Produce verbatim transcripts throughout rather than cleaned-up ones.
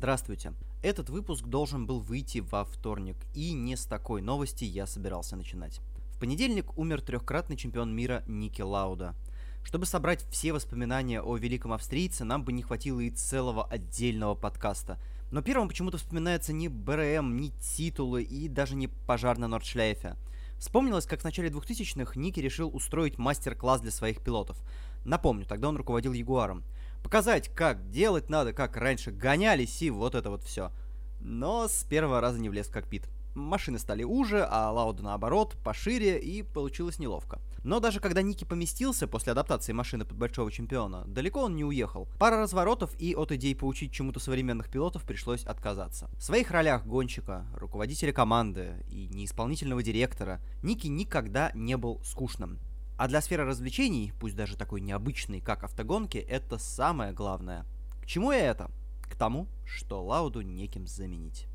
Здравствуйте. Этот выпуск должен был выйти во вторник, и не с такой новости я собирался начинать. В понедельник умер трехкратный чемпион мира Ники Лауда. Чтобы собрать все воспоминания о великом австрийце, нам бы не хватило и целого отдельного подкаста. Но первым почему-то вспоминается не БРМ, не титулы и даже не пожар на Нордшляйфе. Вспомнилось, как в начале двухтысячных Ники решил устроить мастер-класс для своих пилотов. Напомню, тогда он руководил Ягуаром. Показать, как делать надо, как раньше гонялись и вот это вот все. Но с первого раза не влез в кокпит. Машины стали уже, а Лауда наоборот, пошире, и получилось неловко. Но даже когда Ники поместился после адаптации машины под большого чемпиона, далеко он не уехал. Пара разворотов, и от идей поучить чему-то современных пилотов пришлось отказаться. В своих ролях гонщика, руководителя команды и неисполнительного директора Ники никогда не был скучным. А для сферы развлечений, пусть даже такой необычной, как автогонки, это самое главное. К чему я это? К тому, что Лауду неким заменить.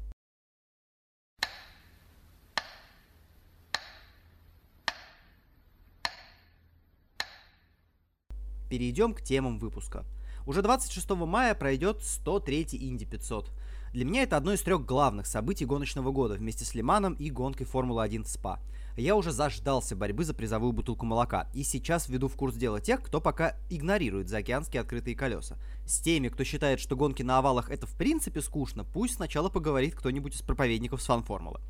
Перейдем к темам выпуска. Уже двадцать шестого мая пройдет сто третий Инди пятьсот. Для меня это одно из трех главных событий гоночного года вместе с Лиманом и гонкой Формулы один в СПА. Я уже заждался борьбы за призовую бутылку молока, и сейчас введу в курс дела тех, кто пока игнорирует заокеанские открытые колеса. С теми, кто считает, что гонки на овалах это в принципе скучно, пусть сначала поговорит кто-нибудь из проповедников с фан-формулы.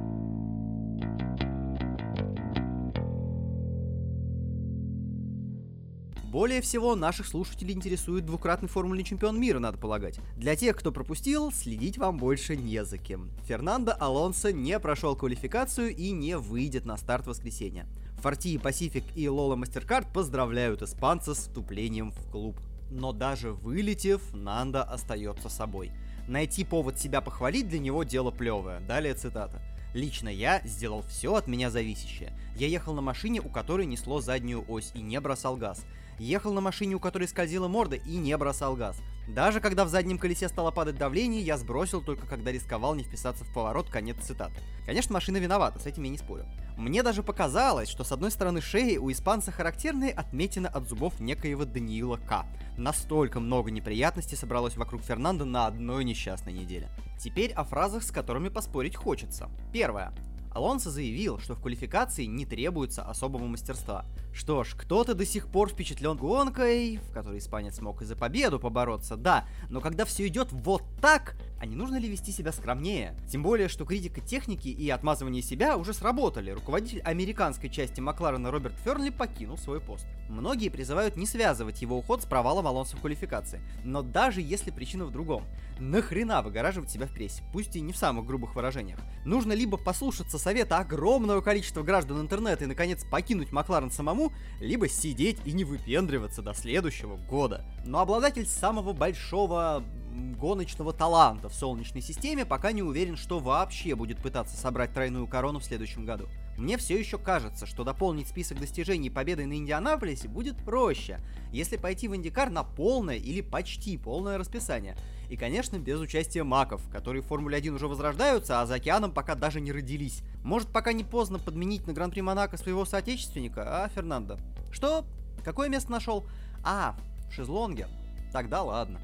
Более всего, наших слушателей интересует двукратный формульный чемпион мира, надо полагать. Для тех, кто пропустил, следить вам больше не за кем. Фернандо Алонсо не прошел квалификацию и не выйдет на старт в воскресенье. Форти, Пасифик и Лола Мастеркард поздравляют испанца с вступлением в клуб. Но даже вылетев, Нандо остается собой. Найти повод себя похвалить для него дело плевое. Далее цитата. «Лично я сделал все от меня зависящее. Я ехал на машине, у которой несло заднюю ось, и не бросал газ. Ехал на машине, у которой скользила морда, и не бросал газ. Даже когда в заднем колесе стало падать давление, я сбросил только когда рисковал не вписаться в поворот». Конец цитаты. Конечно, машина виновата, с этим я не спорю. Мне даже показалось, что с одной стороны шеи у испанца характерные отметины от зубов некоего Даниила К. Настолько много неприятностей собралось вокруг Фернандо на одной несчастной неделе. Теперь о фразах, с которыми поспорить хочется. Первое. Алонсо заявил, что в квалификации не требуется особого мастерства. Что ж, кто-то до сих пор впечатлен гонкой, в которой испанец смог и за победу побороться, да, но когда все идет вот так, а не нужно ли вести себя скромнее? Тем более, что критика техники и отмазывание себя уже сработали. Руководитель американской части Макларена Роберт Фернли покинул свой пост. Многие призывают не связывать его уход с провалом Алонсо в квалификации. Но даже если причина в другом, нахрена выгораживать себя в прессе, пусть и не в самых грубых выражениях? Нужно либо послушаться совета огромного количества граждан интернета и наконец покинуть Макларен самому, либо сидеть и не выпендриваться до следующего года. Но обладатель самого большого гоночного таланта в Солнечной системе пока не уверен, что вообще будет пытаться собрать тройную корону в следующем году. Мне все еще кажется, что дополнить список достижений победой на Индианаполисе будет проще, если пойти в Индикар на полное или почти полное расписание. И, конечно, без участия маков, которые в Формуле один уже возрождаются, а за океаном пока даже не родились. Может, пока не поздно подменить на Гран-при Монако своего соотечественника, а, Фернандо? Что? Какое место нашел? А, в шезлонге. Тогда ладно.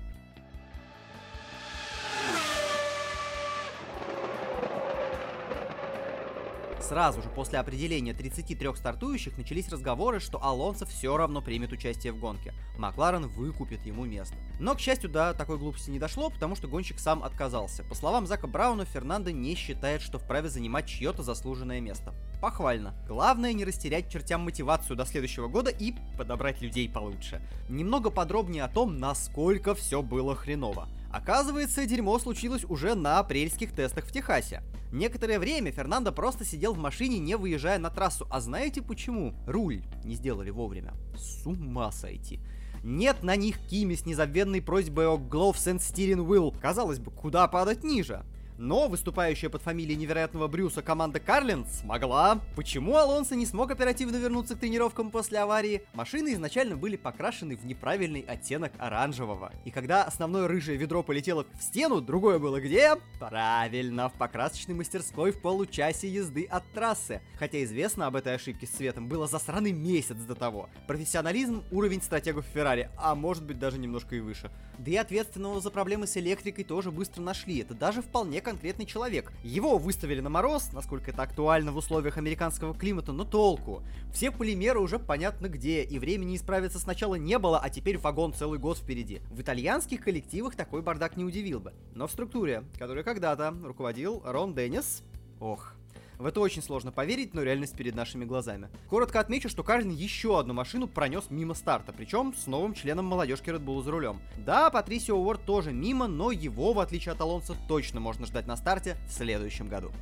Сразу же после определения тридцати трёх стартующих начались разговоры, что Алонсо все равно примет участие в гонке. Макларен выкупит ему место. Но, к счастью, до такой глупости не дошло, потому что гонщик сам отказался. По словам Зака Брауна, Фернандо не считает, что вправе занимать чье-то заслуженное место. Похвально. Главное не растерять чертям мотивацию до следующего года и подобрать людей получше. Немного подробнее о том, насколько все было хреново. Оказывается, дерьмо случилось уже на апрельских тестах в Техасе. Некоторое время Фернандо просто сидел в машине, не выезжая на трассу. А знаете почему? Руль не сделали вовремя. С ума сойти. Нет на них Кими с незабвенной просьбой о Gloves and Steering Wheel. Казалось бы, куда падать ниже? Но выступающая под фамилией невероятного Брюса команда Карлин смогла. Почему Алонсо не смог оперативно вернуться к тренировкам после аварии? Машины изначально были покрашены в неправильный оттенок оранжевого. И когда основное рыжее ведро полетело в стену, другое было где? Правильно, в покрасочной мастерской в получасе езды от трассы. Хотя известно об этой ошибке с цветом было за сраный месяц до того. Профессионализм — уровень стратегов Феррари, а может быть даже немножко и выше. Да и ответственного за проблемы с электрикой тоже быстро нашли. Это даже вполне конкретный человек. Его выставили на мороз, насколько это актуально в условиях американского климата, но толку. Все полимеры уже понятно где, и времени исправиться сначала не было, а теперь вагон целый год впереди. В итальянских коллективах такой бардак не удивил бы. Но в структуре, которой когда-то руководил Рон Деннис, ох... В это очень сложно поверить, но реальность перед нашими глазами. Коротко отмечу, что Карлин еще одну машину пронес мимо старта, причем с новым членом молодежки Red Bull за рулем. Да, Патрисио Уорд тоже мимо, но его, в отличие от Алонсо, точно можно ждать на старте в следующем году.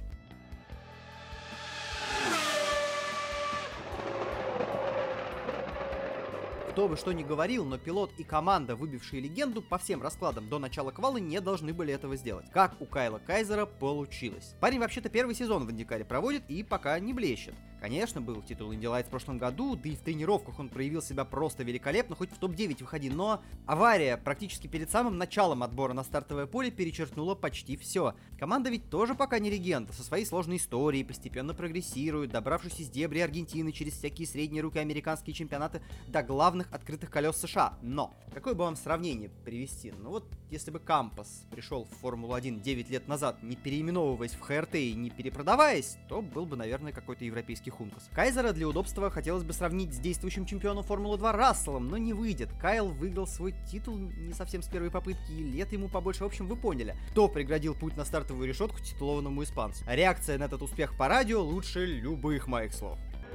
Кто бы что ни говорил, но пилот и команда, выбившие легенду, по всем раскладам до начала квалы не должны были этого сделать. Как у Кайла Кайзера получилось. Парень вообще-то первый сезон в Индикаре проводит и пока не блещет. Конечно, был титул Инди Лайтс в прошлом году, да и в тренировках он проявил себя просто великолепно, хоть в топ девять выходи, но авария практически перед самым началом отбора на стартовое поле перечеркнула почти все. Команда ведь тоже пока не легенда, со своей сложной историей, постепенно прогрессирует, добравшись из дебри Аргентины через всякие средние руки американские чемпионаты до главных открытых колес США. Но, какое бы вам сравнение привести? Ну вот, если бы Кампос пришел в Формулу один девять лет назад, не переименовываясь в ХРТ и не перепродаваясь, то был бы, наверное, какой-то европейский хункас. Кайзера для удобства хотелось бы сравнить с действующим чемпионом Формулы два Расселом, но не выйдет. Кайл выиграл свой титул не совсем с первой попытки, и лет ему побольше. В общем, вы поняли, кто преградил путь на стартовую решетку титулованному испанцу. Реакция на этот успех по радио лучше любых моих слов.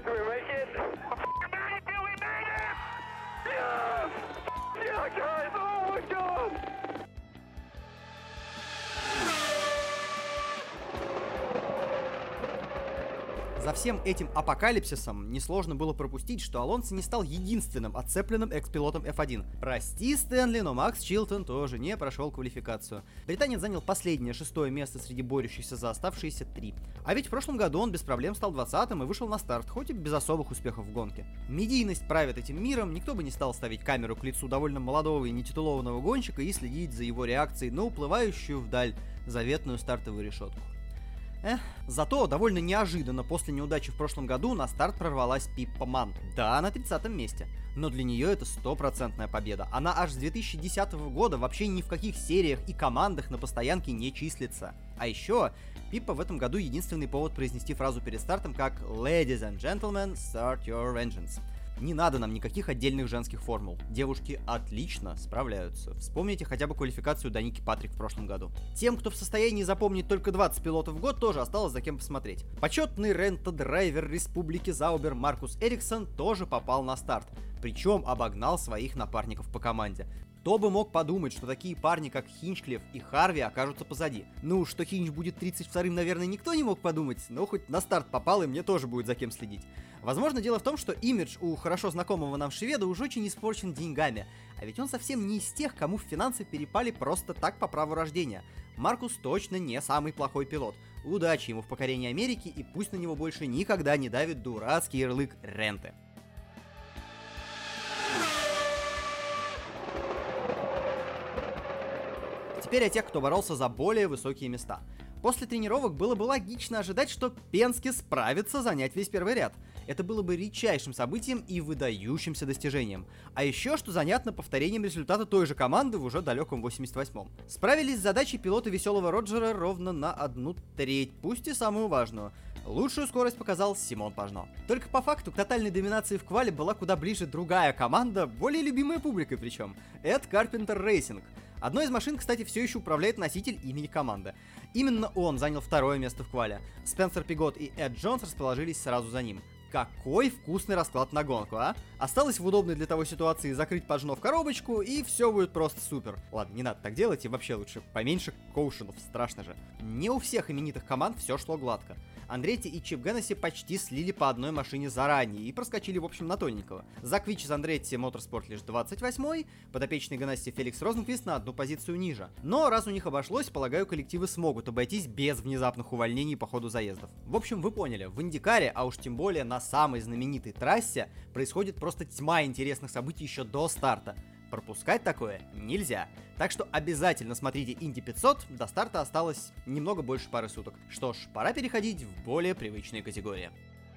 За всем этим апокалипсисом несложно было пропустить, что Алонсо не стал единственным отцепленным экс-пилотом эф один. Прости, Стэнли, но Макс Чилтон тоже не прошел квалификацию. Британец занял последнее, шестое место среди борющихся за оставшиеся три. А ведь в прошлом году он без проблем стал двадцатым и вышел на старт, хоть и без особых успехов в гонке. Медийность правит этим миром, никто бы не стал ставить камеру к лицу довольно молодого и нетитулованного гонщика и следить за его реакцией на уплывающую вдаль заветную стартовую решетку. Эх. Зато довольно неожиданно после неудачи в прошлом году на старт прорвалась Пиппа Мант. Да, на тридцатом месте. Но для нее это стопроцентная победа. Она аж с две тысячи десятого года вообще ни в каких сериях и командах на постоянке не числится. А еще Пиппа в этом году единственный повод произнести фразу перед стартом как «Ladies and gentlemen, start your engines». Не надо нам никаких отдельных женских формул. Девушки отлично справляются. Вспомните хотя бы квалификацию Даники Патрик в прошлом году. Тем, кто в состоянии запомнить только двадцать пилотов в год, тоже осталось за кем посмотреть. Почетный рента-драйвер Республики Заубер Маркус Эриксон тоже попал на старт. Причем обогнал своих напарников по команде. Кто бы мог подумать, что такие парни, как Хинчклифф и Харви, окажутся позади. Ну, что Хинч будет тридцать вторым, наверное, никто не мог подумать, но хоть на старт попал, и мне тоже будет за кем следить. Возможно, дело в том, что имидж у хорошо знакомого нам шведа уж очень испорчен деньгами, а ведь он совсем не из тех, кому финансы перепали просто так по праву рождения. Маркус точно не самый плохой пилот. Удачи ему в покорении Америки, и пусть на него больше никогда не давит дурацкий ярлык ренты. Теперь о тех, кто боролся за более высокие места. После тренировок было бы логично ожидать, что Пенske справится занять весь первый ряд. Это было бы редчайшим событием и выдающимся достижением. А еще, что занятно, повторением результата той же команды в уже далеком восемьдесят восьмом. Справились с задачей пилоты Веселого Роджера ровно на одну треть, пусть и самую важную. Лучшую скорость показал Симон Пажно. Только по факту к тотальной доминации в квале была куда ближе другая команда, более любимая публикой причем. Эд Карпентер Рейсинг. Одной из машин, кстати, все еще управляет носитель имени команды. Именно он занял второе место в квале. Спенсер Пигот и Эд Джонс расположились сразу за ним. Какой вкусный расклад на гонку, а? Осталось в удобной для того ситуации закрыть Пажно в коробочку, и все будет просто супер. Ладно, не надо так делать, и вообще лучше поменьше коушенов, страшно же. Не у всех именитых команд все шло гладко. Андретти и Чип Геннесси почти слили по одной машине заранее и проскочили, в общем, на тоненького. Заквич из Андретти Моторспорт лишь двадцать восьмой, подопечный Геннесси Феликс Розенквист на одну позицию ниже. Но раз у них обошлось, полагаю, коллективы смогут обойтись без внезапных увольнений по ходу заездов. В общем, вы поняли, в Индикаре, а уж тем более на самой знаменитой трассе, происходит просто тьма интересных событий еще до старта. Пропускать такое нельзя. Так что обязательно смотрите Инди пятьсот, до старта осталось немного больше пары суток. Что ж, пора переходить в более привычные категории.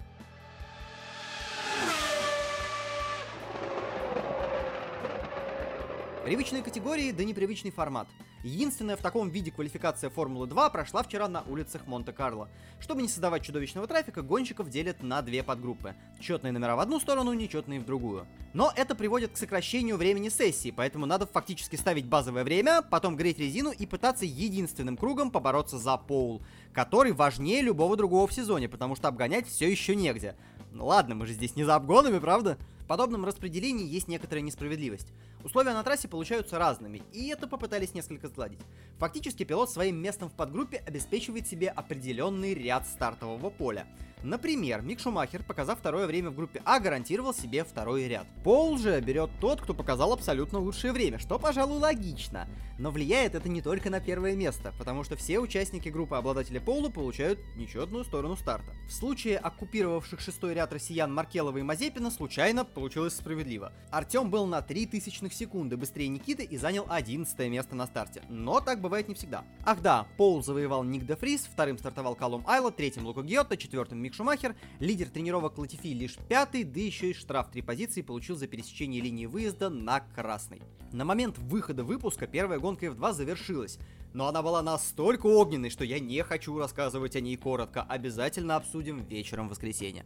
Привычные категории, да непривычный формат. Единственная в таком виде квалификация Формулы два прошла вчера на улицах Монте-Карло. Чтобы не создавать чудовищного трафика, гонщиков делят на две подгруппы. Четные номера в одну сторону, нечетные в другую. Но это приводит к сокращению времени сессии, поэтому надо фактически ставить базовое время, потом греть резину и пытаться единственным кругом побороться за поул, который важнее любого другого в сезоне, потому что обгонять все еще негде. Ну ладно, мы же здесь не за обгонами, правда? В подобном распределении есть некоторая несправедливость. Условия на трассе получаются разными, и это попытались несколько сгладить. Фактически пилот своим местом в подгруппе обеспечивает себе определенный ряд стартового поля. Например, Мик Шумахер, показав второе время в группе А, гарантировал себе второй ряд. Пол же берет тот, кто показал абсолютно лучшее время, что, пожалуй, логично. Но влияет это не только на первое место, потому что все участники группы обладателей пола получают нечетную сторону старта. В случае оккупировавших шестой ряд россиян Маркелова и Мазепина случайно получилось справедливо. Артем был на три тысячных секунды быстрее Никиты и занял одиннадцатое место на старте. Но так бывает не всегда. Ах да, пол завоевал Ник де Фрис, вторым стартовал Калум Айла, третьим Лука Гьотто, четвертым Мик Шумахер, лидер тренировок Латифи лишь пятый, да еще и штраф три позиции получил за пересечение линии выезда на красный. На момент выхода выпуска первая гонка эф два завершилась, но она была настолько огненной, что я не хочу рассказывать о ней коротко, обязательно обсудим вечером в воскресенье.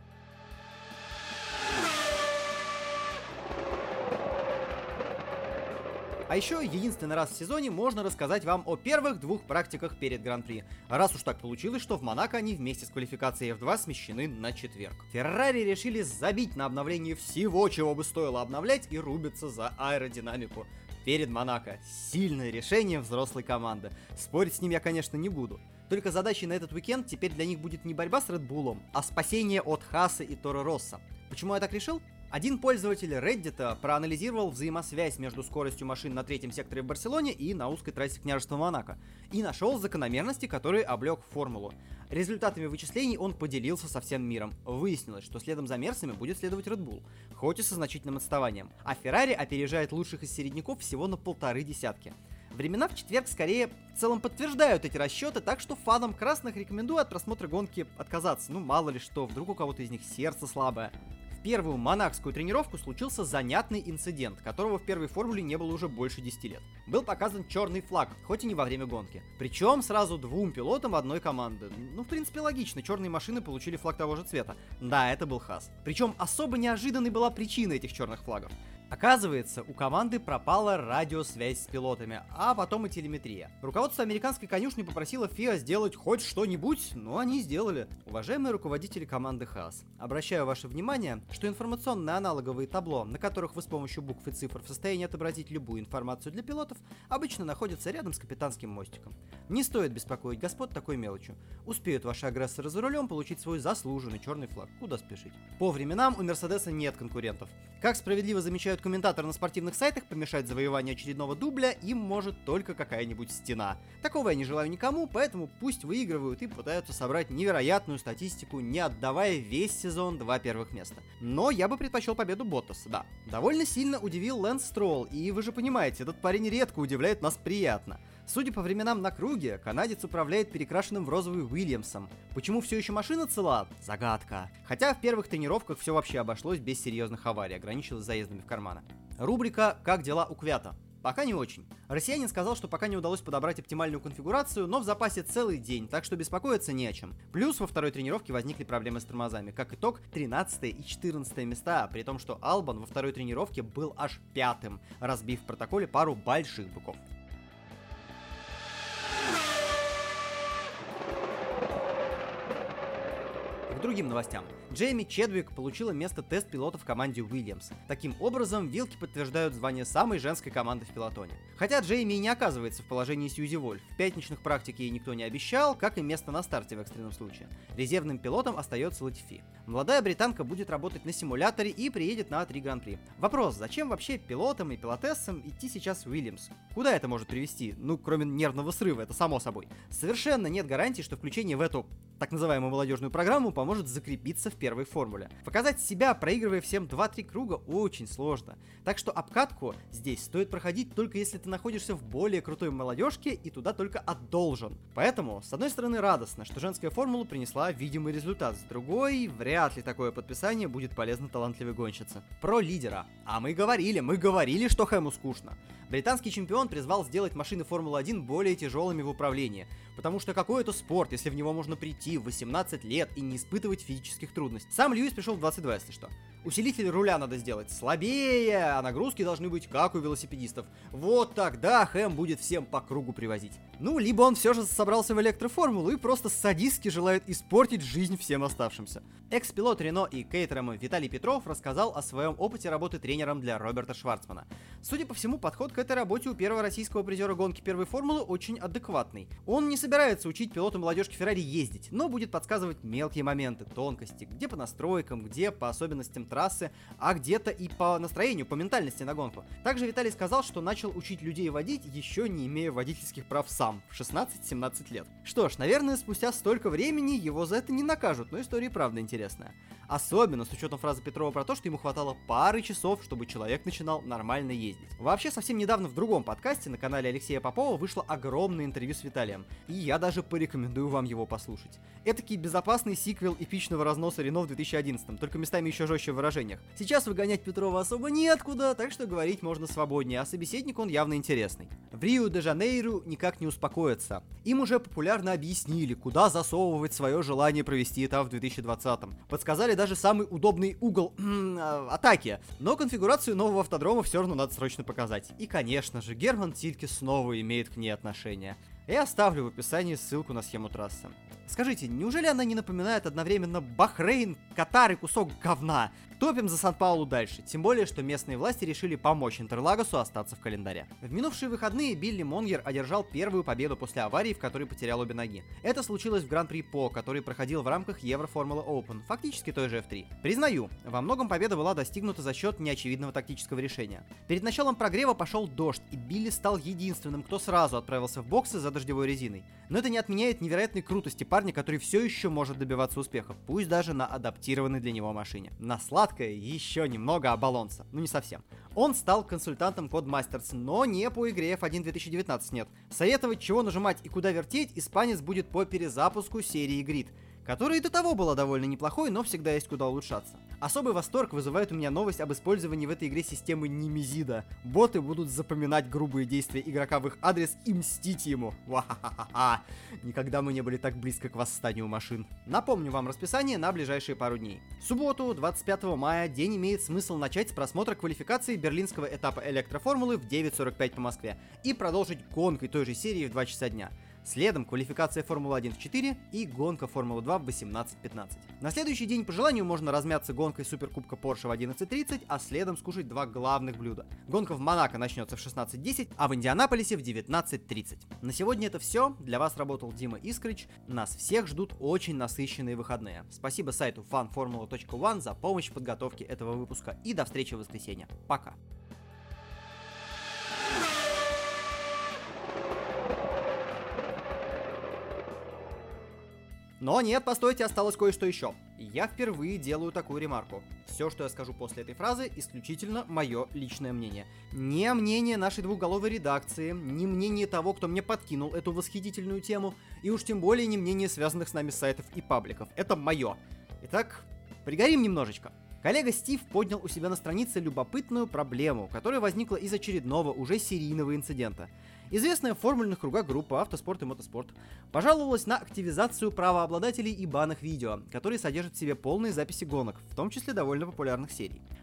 А еще единственный раз в сезоне можно рассказать вам о первых двух практиках перед Гран-при. Раз уж так получилось, что в Монако они вместе с квалификацией эф два смещены на четверг. Феррари решили забить на обновление всего, чего бы стоило обновлять, и рубиться за аэродинамику перед Монако. Сильное решение взрослой команды. Спорить с ним я, конечно, не буду. Только задачей на этот уикенд теперь для них будет не борьба с Red Bull, а спасение от Хааса и Торо Росса. Почему я так решил? Один пользователь Reddit проанализировал взаимосвязь между скоростью машин на третьем секторе в Барселоне и на узкой трассе княжества Монако, и нашел закономерности, которые облег в формулу. Результатами вычислений он поделился со всем миром. Выяснилось, что следом за Мерсами будет следовать Red Bull, хоть и со значительным отставанием, а Ferrari опережает лучших из середняков всего на полторы десятки. Времена в четверг скорее в целом подтверждают эти расчеты, так что фанам красных рекомендую от просмотра гонки отказаться. Ну мало ли что, вдруг у кого-то из них сердце слабое. В первую монакскую тренировку случился занятный инцидент, которого в первой формуле не было уже больше десяти лет. Был показан черный флаг, хоть и не во время гонки. Причем сразу двум пилотам одной команды. Ну, в принципе, логично, черные машины получили флаг того же цвета. Да, это был Хаас. Причем особо неожиданной была причина этих черных флагов. Оказывается, у команды пропала радиосвязь с пилотами, а потом и телеметрия. Руководство американской конюшни попросило ФИА сделать хоть что-нибудь, но они сделали. Уважаемые руководители команды Хаас, обращаю ваше внимание, что информационные аналоговые табло, на которых вы с помощью букв и цифр в состоянии отобразить любую информацию для пилотов, обычно находятся рядом с капитанским мостиком. Не стоит беспокоить господ такой мелочью. Успеют ваши агрессоры за рулем получить свой заслуженный черный флаг. Куда спешить? По временам у Мерседеса нет конкурентов. Как справедливо замечают комментаторы на спортивных сайтах, помешать завоеванию очередного дубля им может только какая-нибудь стена. Такого я не желаю никому, поэтому пусть выигрывают и пытаются собрать невероятную статистику, не отдавая весь сезон два первых места. Но я бы предпочел победу Боттаса, да. Довольно сильно удивил Лэнс Стролл, и вы же понимаете, этот парень редко удивляет нас приятно. Судя по временам на круге, канадец управляет перекрашенным в розовый Уильямсом. Почему все еще машина цела? Загадка. Хотя в первых тренировках все вообще обошлось без серьезных аварий, ограничилось заездами в карманы. Рубрика «Как дела у Квята?» Пока не очень. Россиянин сказал, что пока не удалось подобрать оптимальную конфигурацию, но в запасе целый день, так что беспокоиться не о чем. Плюс во второй тренировке возникли проблемы с тормозами. Как итог, тринадцатое и четырнадцатое места, при том, что Албан во второй тренировке был аж пятым, разбив в протоколе пару больших быков. К другим новостям. Джейми Чедвик получила место тест-пилота в команде Уильямс. Таким образом, вилки подтверждают звание самой женской команды в пилотоне. Хотя Джейми и не оказывается в положении Сьюзи Вольф. В пятничных практике ей никто не обещал, как и место на старте в экстренном случае. Резервным пилотом остается Латифи. Молодая британка будет работать на симуляторе и приедет на три гран-при. Вопрос, зачем вообще пилотам и пилотессам идти сейчас в Уильямс? Куда это может привести? Ну, кроме нервного срыва, это само собой. Совершенно нет гарантии, что включение в эту так называемую молодежную программу поможет закрепиться в первой формуле. Показать себя, проигрывая всем два-три круга, очень сложно. Так что обкатку здесь стоит проходить только если ты находишься в более крутой молодежке и туда только отдолжен. Поэтому, с одной стороны, радостно, что женская формула принесла видимый результат, с другой, вряд ли такое подписание будет полезно талантливой гонщице. Про лидера. А мы говорили, мы говорили, что Хэму скучно. Британский чемпион призвал сделать машины Формулы один более тяжелыми в управлении, потому что какой это спорт, если в него можно прийти в восемнадцать лет и не испытывать физических трудностей. Сам Льюис пришел в двадцать два, если что. Усилитель руля надо сделать слабее, а нагрузки должны быть как у велосипедистов. Вот тогда Хэм будет всем по кругу привозить. Ну, либо он все же собрался в электроформулу и просто садистски желает испортить жизнь всем оставшимся. Экс-пилот Рено и Кейтерема Виталий Петров рассказал о своем опыте работы тренером для Роберта Шварцмана. Судя по всему, подход к этой работе у первого российского призера гонки первой формулы очень адекватный. Он не собирается учить пилота молодежки Феррари ездить, но будет подсказывать мелкие моменты, тонкости, где по настройкам, где по особенностям трассы, а где-то и по настроению, по ментальности на гонку. Также Виталий сказал, что начал учить людей водить, еще не имея водительских прав сам, в шестнадцать-семнадцать лет. Что ж, наверное, спустя столько времени его за это не накажут, но история правда интересная. Особенно с учетом фразы Петрова про то, что ему хватало пары часов, чтобы человек начинал нормально ездить. Вообще, совсем недавно в другом подкасте на канале Алексея Попова вышло огромное интервью с Виталием, и я даже порекомендую вам его послушать. Этакий безопасный сиквел эпичного разноса Рено в две тысячи одиннадцатом, только местами еще жестче в выражениях. Сейчас выгонять Петрова особо неоткуда, так что говорить можно свободнее, а собеседник он явно интересный. В Рио-де-Жанейро никак не успокоится. Им уже популярно объяснили, куда засовывать свое желание провести этап в две тысячи двадцатом. Подсказали даже самый удобный угол атаки, но конфигурацию нового автодрома все равно надо срочно показать. И, конечно же, Герман Тильке снова имеет к ней отношение. Я оставлю в описании ссылку на схему трассы. Скажите, неужели она не напоминает одновременно Бахрейн, Катар и кусок говна? Топим за Сан-Паулу дальше, тем более, что местные власти решили помочь Интерлагосу остаться в календаре. В минувшие выходные Билли Монгер одержал первую победу после аварии, в которой потерял обе ноги. Это случилось в Гран-при По, который проходил в рамках Евро-Формула Open, фактически той же эф три. Признаю, во многом победа была достигнута за счет неочевидного тактического решения. Перед началом прогрева пошел дождь, и Билли стал единственным, кто сразу отправился в боксы за дождевой резиной. Но это не отменяет невероятной крутости парня, который все еще может добиваться успеха, пусть даже на адаптированной для него машине. На сладкое еще немного об Алонсо, ну не совсем. Он стал консультантом Codemasters, но не по игре эф один две тысячи девятнадцать, нет. Советовать, чего нажимать и куда вертеть, испанец будет по перезапуску серии Grid, которая и до того была довольно неплохой, но всегда есть куда улучшаться. Особый восторг вызывает у меня новость об использовании в этой игре системы Немезида. Боты будут запоминать грубые действия игрока в их адрес и мстить ему. Ва-ха-ха-ха. Никогда мы не были так близко к восстанию машин. Напомню вам расписание на ближайшие пару дней. В субботу, двадцать пятого мая, день имеет смысл начать с просмотра квалификации берлинского этапа электроформулы в девять сорок пять по Москве и продолжить гонкой той же серии в два часа дня. Следом квалификация Формулы один в четыре и гонка Формулы два в восемнадцать пятнадцать. На следующий день по желанию можно размяться гонкой Суперкубка Porsche в одиннадцать тридцать, а следом скушать два главных блюда. Гонка в Монако начнется в шестнадцать десять, а в Индианаполисе в девятнадцать тридцать. На сегодня это все. Для вас работал Дима Искрич. Нас всех ждут очень насыщенные выходные. Спасибо сайту фан формула точка уан за помощь в подготовке этого выпуска. И до встречи в воскресенье. Пока. Но нет, постойте, осталось кое-что еще. Я впервые делаю такую ремарку. Все, что я скажу после этой фразы, исключительно мое личное мнение. Не мнение нашей двухголовой редакции, не мнение того, кто мне подкинул эту восхитительную тему, и уж тем более не мнение связанных с нами сайтов и пабликов. Это мое. Итак, пригорим немножечко. Коллега Стив поднял у себя на странице любопытную проблему, которая возникла из очередного уже серийного инцидента. Известная в формульных кругах группа «Автоспорт и Мотоспорт» пожаловалась на активизацию правообладателей и банных видео, которые содержат в себе полные записи гонок, в том числе довольно популярных серий.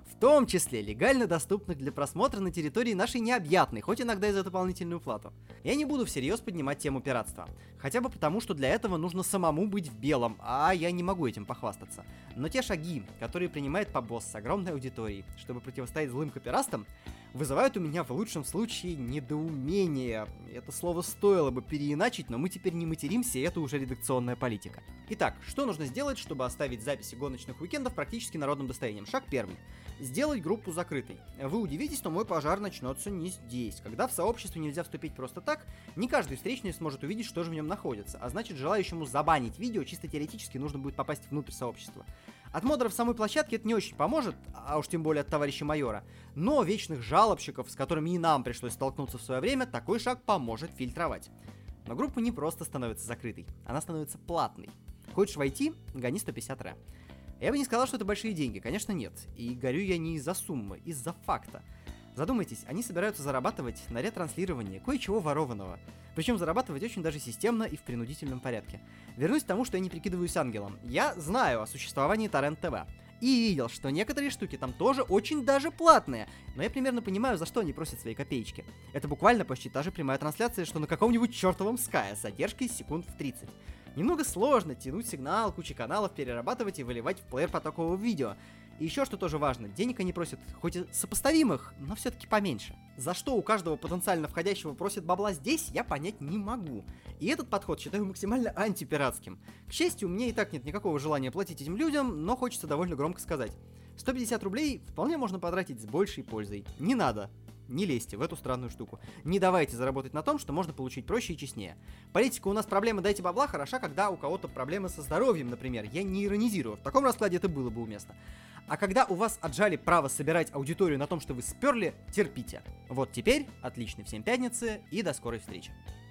в том числе легально доступных для просмотра на территории нашей необъятной, хоть иногда и за дополнительную плату. Я не буду всерьез поднимать тему пиратства, хотя бы потому, что для этого нужно самому быть в белом, а я не могу этим похвастаться. Но те шаги, которые принимает Пабосс с огромной аудиторией, чтобы противостоять злым копирастам, вызывают у меня в лучшем случае недоумение. Это слово стоило бы переиначить, но мы теперь не материмся, и это уже редакционная политика. Итак, что нужно сделать, чтобы оставить записи гоночных уикендов практически народным достоянием? Шаг первый. Сделать группу закрытой. Вы удивитесь, но мой пожар начнется не здесь. Когда в сообщество нельзя вступить просто так, не каждый встречный сможет увидеть, что же в нем находится, а значит, желающему забанить видео чисто теоретически нужно будет попасть внутрь сообщества. От модеров самой площадки это не очень поможет, а уж тем более от товарища майора, но вечных жалобщиков, с которыми и нам пришлось столкнуться в свое время, такой шаг поможет фильтровать. Но группа не просто становится закрытой, она становится платной. Хочешь войти? Гони сто пятьдесят ре. Я бы не сказал, что это большие деньги, конечно нет, и горю я не из-за суммы, из-за факта. Задумайтесь, они собираются зарабатывать на ретранслировании кое-чего ворованного. Причем зарабатывать очень даже системно и в принудительном порядке. Вернусь к тому, что я не прикидываюсь ангелом. Я знаю о существовании Торрент тэ вэ. И видел, что некоторые штуки там тоже очень даже платные. Но я примерно понимаю, за что они просят свои копеечки. Это буквально почти та же прямая трансляция, что на каком-нибудь чертовом Скае с задержкой секунд в тридцать. Немного сложно тянуть сигнал, кучу каналов перерабатывать и выливать в плеер потокового видео. И еще что тоже важно, денег они просят хоть и сопоставимых, но все-таки поменьше. За что у каждого потенциально входящего просят бабла здесь, я понять не могу. И этот подход считаю максимально антипиратским. К счастью, у меня и так нет никакого желания платить этим людям, но хочется довольно громко сказать. сто пятьдесят рублей вполне можно потратить с большей пользой. Не надо. Не лезьте в эту странную штуку. Не давайте заработать на том, что можно получить проще и честнее. Политика у нас проблема «дайте бабла» хороша, когда у кого-то проблемы со здоровьем, например. Я не иронизирую. В таком раскладе это было бы уместно. А когда у вас отжали право собирать аудиторию на том, что вы сперли, терпите. Вот теперь отличной всем пятницы и до скорой встречи.